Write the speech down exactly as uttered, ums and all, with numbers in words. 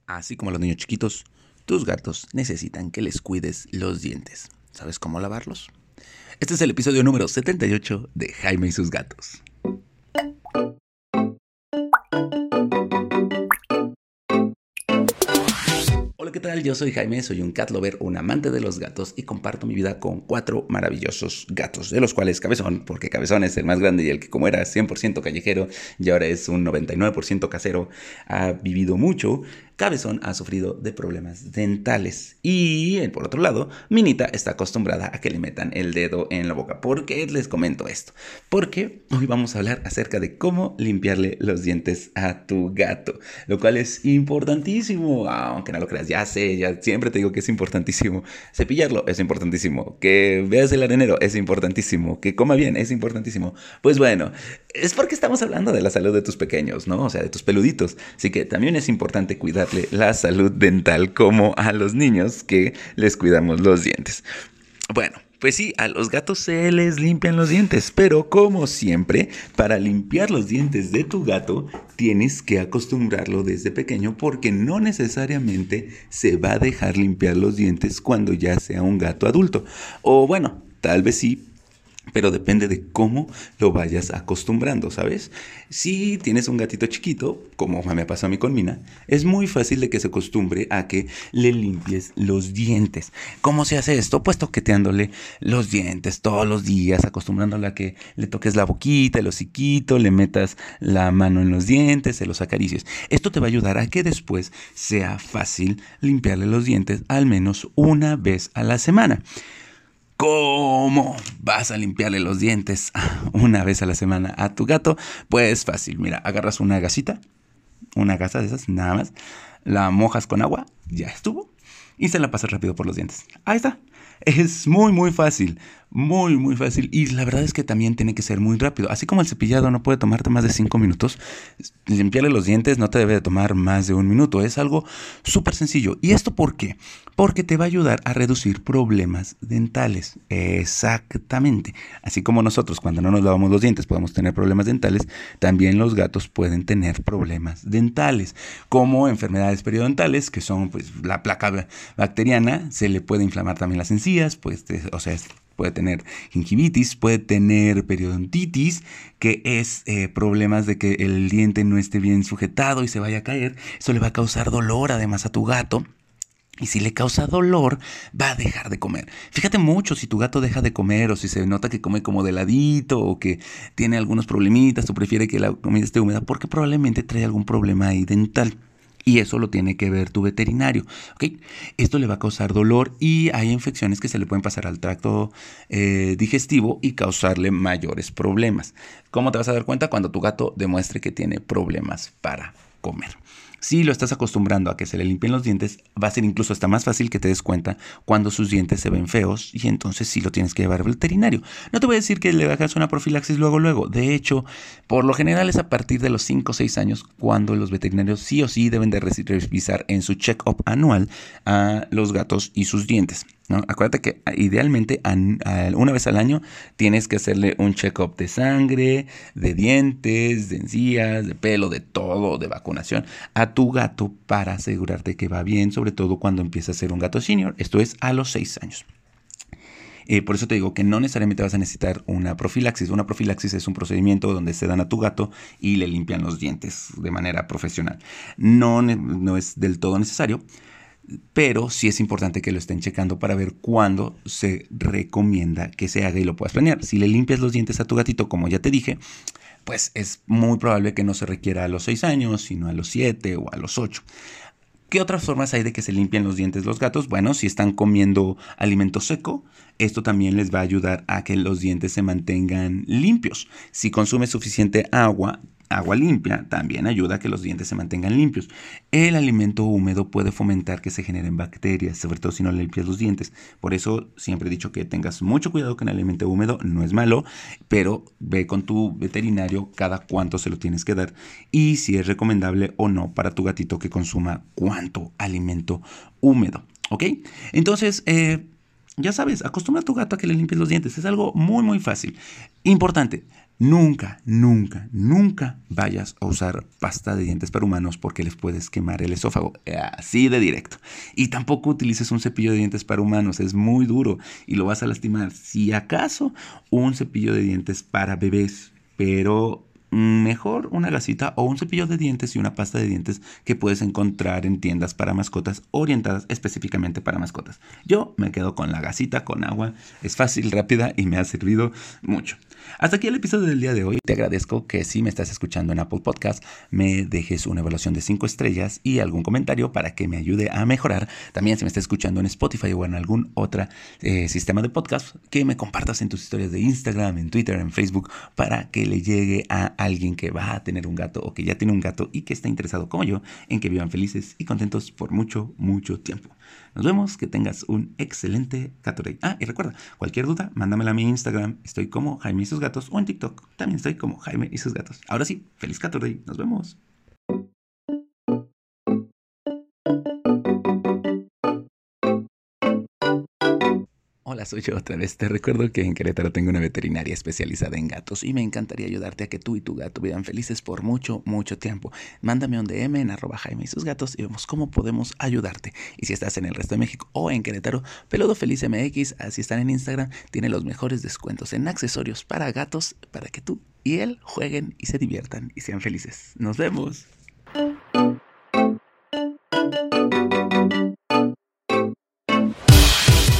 Así como los niños chiquitos, tus gatos necesitan que les cuides los dientes. ¿Sabes cómo lavarlos? Este es el episodio número setenta y ocho de Jaime y sus gatos. Hola, ¿qué tal? Yo soy Jaime, soy un cat lover, un amante de los gatos y comparto mi vida con cuatro maravillosos gatos, de los cuales Cabezón, porque Cabezón es el más grande y el que como era cien por ciento callejero y ahora es un noventa y nueve por ciento casero, ha vivido mucho. Cabezón ha sufrido de problemas dentales y, por otro lado, Minita está acostumbrada a que le metan el dedo en la boca. ¿Por qué les comento esto? Porque hoy vamos a hablar acerca de cómo limpiarle los dientes a tu gato, lo cual es importantísimo, aunque no lo creas, ya sé, ya siempre te digo que es importantísimo. Cepillarlo es importantísimo, que veas el arenero es importantísimo, que coma bien es importantísimo. Pues bueno, es porque estamos hablando de la salud de tus pequeños, ¿no? O sea, de tus peluditos. Así que también es importante cuidarle la salud dental como a los niños que les cuidamos los dientes. Bueno, pues sí, a los gatos se les limpian los dientes, pero como siempre, para limpiar los dientes de tu gato, tienes que acostumbrarlo desde pequeño porque no necesariamente se va a dejar limpiar los dientes cuando ya sea un gato adulto. O bueno, tal vez sí, pero depende de cómo lo vayas acostumbrando, ¿sabes? Si tienes un gatito chiquito, como me pasó a mí con Mina, es muy fácil de que se acostumbre a que le limpies los dientes. ¿Cómo se hace esto? Pues toqueteándole los dientes todos los días, acostumbrándole a que le toques la boquita, el hociquito, le metas la mano en los dientes, se los acaricies. Esto te va a ayudar a que después sea fácil limpiarle los dientes al menos una vez a la semana. ¿Cómo vas a limpiarle los dientes una vez a la semana a tu gato? Pues fácil, mira, agarras una gasita, una gasa de esas, nada más, la mojas con agua, ya estuvo, y se la pasas rápido por los dientes. Ahí está. Es muy, muy fácil, muy, muy fácil. Y la verdad es que también tiene que ser muy rápido. Así como el cepillado no puede tomarte más de cinco minutos, limpiarle los dientes no te debe de tomar más de un minuto. Es algo súper sencillo. ¿Y esto por qué? Porque te va a ayudar a reducir problemas dentales. Exactamente. Así como nosotros cuando no nos lavamos los dientes podemos tener problemas dentales, también los gatos pueden tener problemas dentales, como enfermedades periodontales, que son pues la placa bacteriana, se le puede inflamar también las encías, pues, o sea, puede tener gingivitis, puede tener periodontitis, que es eh, problemas de que el diente no esté bien sujetado y se vaya a caer. Eso le va a causar dolor además a tu gato. Y si le causa dolor, va a dejar de comer. Fíjate mucho si tu gato deja de comer o si se nota que come como de ladito o que tiene algunos problemitas o prefiere que la comida esté húmeda porque probablemente trae algún problema ahí dental. Y eso lo tiene que ver tu veterinario, ¿ok? Esto le va a causar dolor y hay infecciones que se le pueden pasar al tracto eh, digestivo y causarle mayores problemas. ¿Cómo te vas a dar cuenta? Cuando tu gato demuestre que tiene problemas para comer. Si lo estás acostumbrando a que se le limpien los dientes, va a ser incluso hasta más fácil que te des cuenta cuando sus dientes se ven feos y entonces sí lo tienes que llevar al veterinario. No te voy a decir que le hagas una profilaxis luego luego. De hecho, por lo general es a partir de los cinco o seis años cuando los veterinarios sí o sí deben de revisar en su check-up anual a los gatos y sus dientes, ¿no? Acuérdate que idealmente una vez al año tienes que hacerle un check-up de sangre, de dientes, de encías, de pelo, de todo, de vacunación a tu gato para asegurarte que va bien, sobre todo cuando empieza a ser un gato senior. Esto es a los seis años. Eh, por eso te digo que no necesariamente vas a necesitar una profilaxis. Una profilaxis es un procedimiento donde se dan a tu gato y le limpian los dientes de manera profesional. No, no es del todo necesario, pero sí es importante que lo estén checando para ver cuándo se recomienda que se haga y lo puedas planear. Si le limpias los dientes a tu gatito, como ya te dije, pues es muy probable que no se requiera a los seis años, sino a los siete o a los ocho. ¿Qué otras formas hay de que se limpien los dientes los gatos? Bueno, si están comiendo alimento seco, esto también les va a ayudar a que los dientes se mantengan limpios. Si consume suficiente agua, agua limpia, también ayuda a que los dientes se mantengan limpios. El alimento húmedo puede fomentar que se generen bacterias, sobre todo si no limpias los dientes. Por eso siempre he dicho que tengas mucho cuidado con el alimento húmedo, no es malo, pero ve con tu veterinario cada cuánto se lo tienes que dar y si es recomendable o no para tu gatito que consuma cuánto alimento húmedo, ¿ok? Entonces, eh, ya sabes, acostumbra a tu gato a que le limpies los dientes. Es algo muy, muy fácil. Importante, nunca, nunca, nunca vayas a usar pasta de dientes para humanos porque les puedes quemar el esófago. Así de directo. Y tampoco utilices un cepillo de dientes para humanos. Es muy duro y lo vas a lastimar. Si acaso, un cepillo de dientes para bebés. Pero mejor una gasita o un cepillo de dientes y una pasta de dientes que puedes encontrar en tiendas para mascotas orientadas específicamente para mascotas. Yo me quedo con la gasita con agua, es fácil, rápida y me ha servido mucho. Hasta aquí el episodio del día de hoy. Te agradezco que si me estás escuchando en Apple Podcast me dejes una evaluación de cinco estrellas y algún comentario para que me ayude a mejorar. También si me estás escuchando en Spotify o en algún otro eh, sistema de podcast, que me compartas en tus historias de Instagram, en Twitter, en Facebook, para que le llegue a alguien que va a tener un gato o que ya tiene un gato y que está interesado como yo en que vivan felices y contentos por mucho, mucho tiempo. Nos vemos, que tengas un excelente Gato Day. Ah, y recuerda, cualquier duda, mándamela a mi Instagram. Estoy como Jaime y sus gatos, o en TikTok también estoy como Jaime y sus gatos. Ahora sí, feliz Gato Day. Nos vemos. Hola, soy yo otra vez. Te recuerdo que en Querétaro tengo una veterinaria especializada en gatos y me encantaría ayudarte a que tú y tu gato vivan felices por mucho, mucho tiempo. Mándame un D M en arroba Jaime y sus gatos y vemos cómo podemos ayudarte. Y si estás en el resto de México o en Querétaro, Peludo Feliz M X, así están en Instagram, tiene los mejores descuentos en accesorios para gatos para que tú y él jueguen y se diviertan y sean felices. Nos vemos.